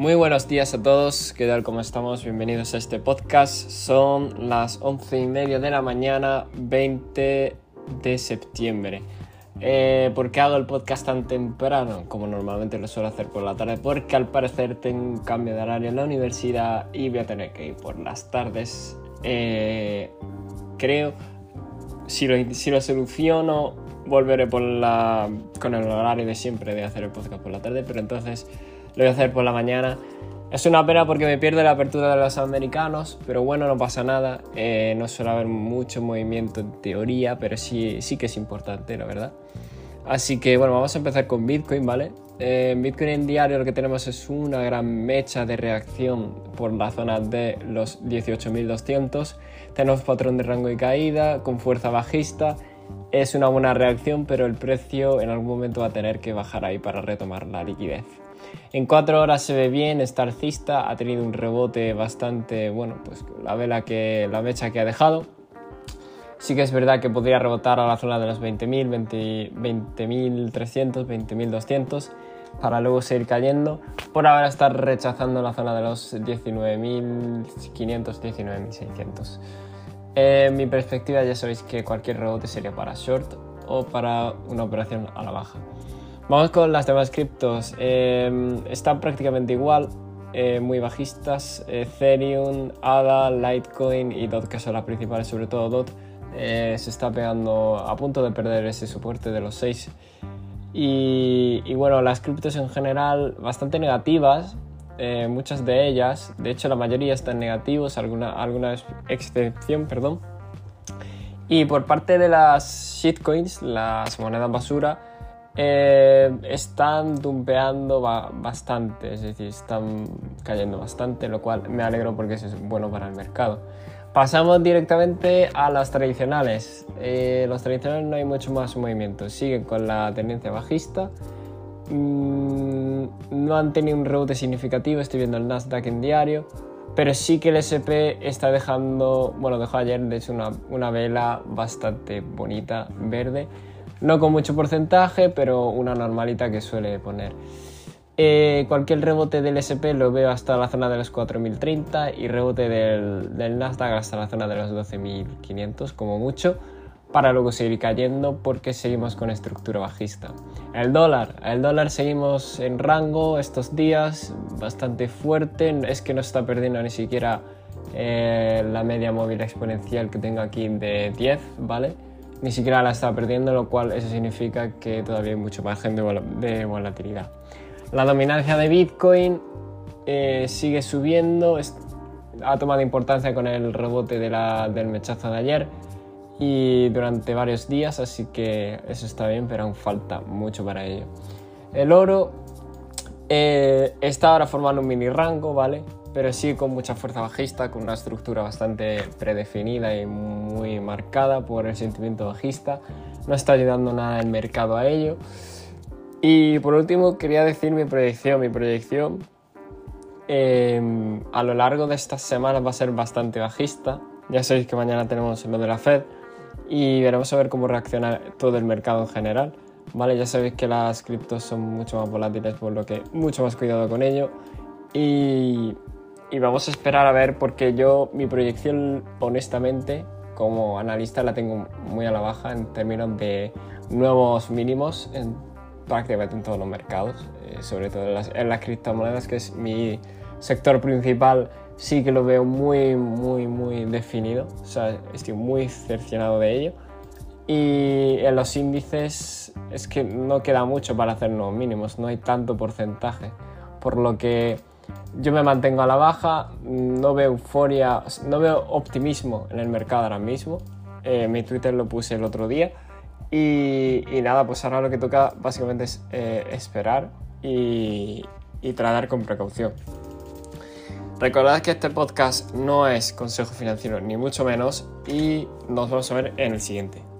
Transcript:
Muy buenos días a todos, ¿qué tal? ¿Cómo estamos? Bienvenidos a este podcast. Son las 11:30 de la mañana, 20 de septiembre. ¿Por qué hago el podcast tan temprano? Como normalmente lo suelo hacer por la tarde, porque al parecer tengo un cambio de horario en la universidad y voy a tener que ir por las tardes. Creo, si lo soluciono, volveré con el horario de siempre de hacer el podcast por la tarde, pero entonces lo voy a hacer por la mañana. Es una pena porque me pierdo la apertura de los americanos, pero bueno, no pasa nada. No suele haber mucho movimiento en teoría, pero sí que es importante, la verdad. Así que bueno, vamos a empezar con Bitcoin, ¿vale? En Bitcoin en diario lo que tenemos es una gran mecha de reacción por la zona de los 18.200. Tenemos patrón de rango y caída con fuerza bajista. Es una buena reacción, pero el precio en algún momento va a tener que bajar ahí para retomar la liquidez. En 4 horas se ve bien, está alcista, ha tenido un rebote bastante bueno, pues la mecha que ha dejado. Sí que es verdad que podría rebotar a la zona de los 20.000, 20.300, 20.200 para luego seguir cayendo. Por ahora está rechazando la zona de los 19.500, 19.600. En mi perspectiva ya sabéis que cualquier rebote sería para short o para una operación a la baja. Vamos con las demás criptos. Están prácticamente igual, muy bajistas. Ethereum, ADA, Litecoin y DOT, que son las principales, sobre todo DOT, se está pegando a punto de perder ese soporte de los 6. Y bueno, las criptos en general bastante negativas, muchas de ellas, de hecho la mayoría están negativos, alguna excepción, perdón. Y por parte de las shitcoins, las monedas basura, están dumpeando bastante, es decir, están cayendo bastante, lo cual me alegro porque eso es bueno para el mercado. Pasamos directamente a las tradicionales. Los tradicionales no hay mucho más movimiento, siguen con la tendencia bajista. No han tenido un rebote significativo, estoy viendo el Nasdaq en diario, pero sí que el S&P está dejó ayer de hecho una vela bastante bonita, verde. No con mucho porcentaje, pero una normalita que suele poner. Cualquier rebote del S&P lo veo hasta la zona de los 4.030 y rebote del Nasdaq hasta la zona de los 12.500 como mucho, para luego seguir cayendo porque seguimos con estructura bajista. El dólar seguimos en rango estos días, bastante fuerte, es que no está perdiendo ni siquiera la media móvil exponencial que tengo aquí de 10, ¿vale? Ni siquiera la está perdiendo, lo cual eso significa que todavía hay mucho margen de volatilidad. La dominancia de Bitcoin sigue subiendo, ha tomado importancia con el rebote del mechazo de ayer y durante varios días, así que eso está bien, pero aún falta mucho para ello. El oro está ahora formando un mini rango, ¿vale? Pero sí con mucha fuerza bajista, con una estructura bastante predefinida y muy marcada por el sentimiento bajista. No está ayudando nada el mercado a ello. Y por último quería decir mi proyección. A lo largo de estas semanas va a ser bastante bajista. Ya sabéis que mañana tenemos lo de la Fed y veremos a ver cómo reacciona todo el mercado en general. ¿Vale? Ya sabéis que las criptos son mucho más volátiles, por lo que mucho más cuidado con ello. Y vamos a esperar a ver, porque mi proyección, honestamente, como analista la tengo muy a la baja en términos de nuevos mínimos prácticamente en todos los mercados, sobre todo en las criptomonedas, que es mi sector principal. Sí que lo veo muy, muy, muy definido, o sea, estoy muy cercionado de ello. Y en los índices es que no queda mucho para hacer nuevos mínimos, no hay tanto porcentaje, por lo que yo me mantengo a la baja, no veo euforia, no veo optimismo en el mercado ahora mismo. Mi Twitter lo puse el otro día y nada, pues ahora lo que toca básicamente es esperar y tratar con precaución. Recordad que este podcast no es consejo financiero ni mucho menos y nos vamos a ver en el siguiente.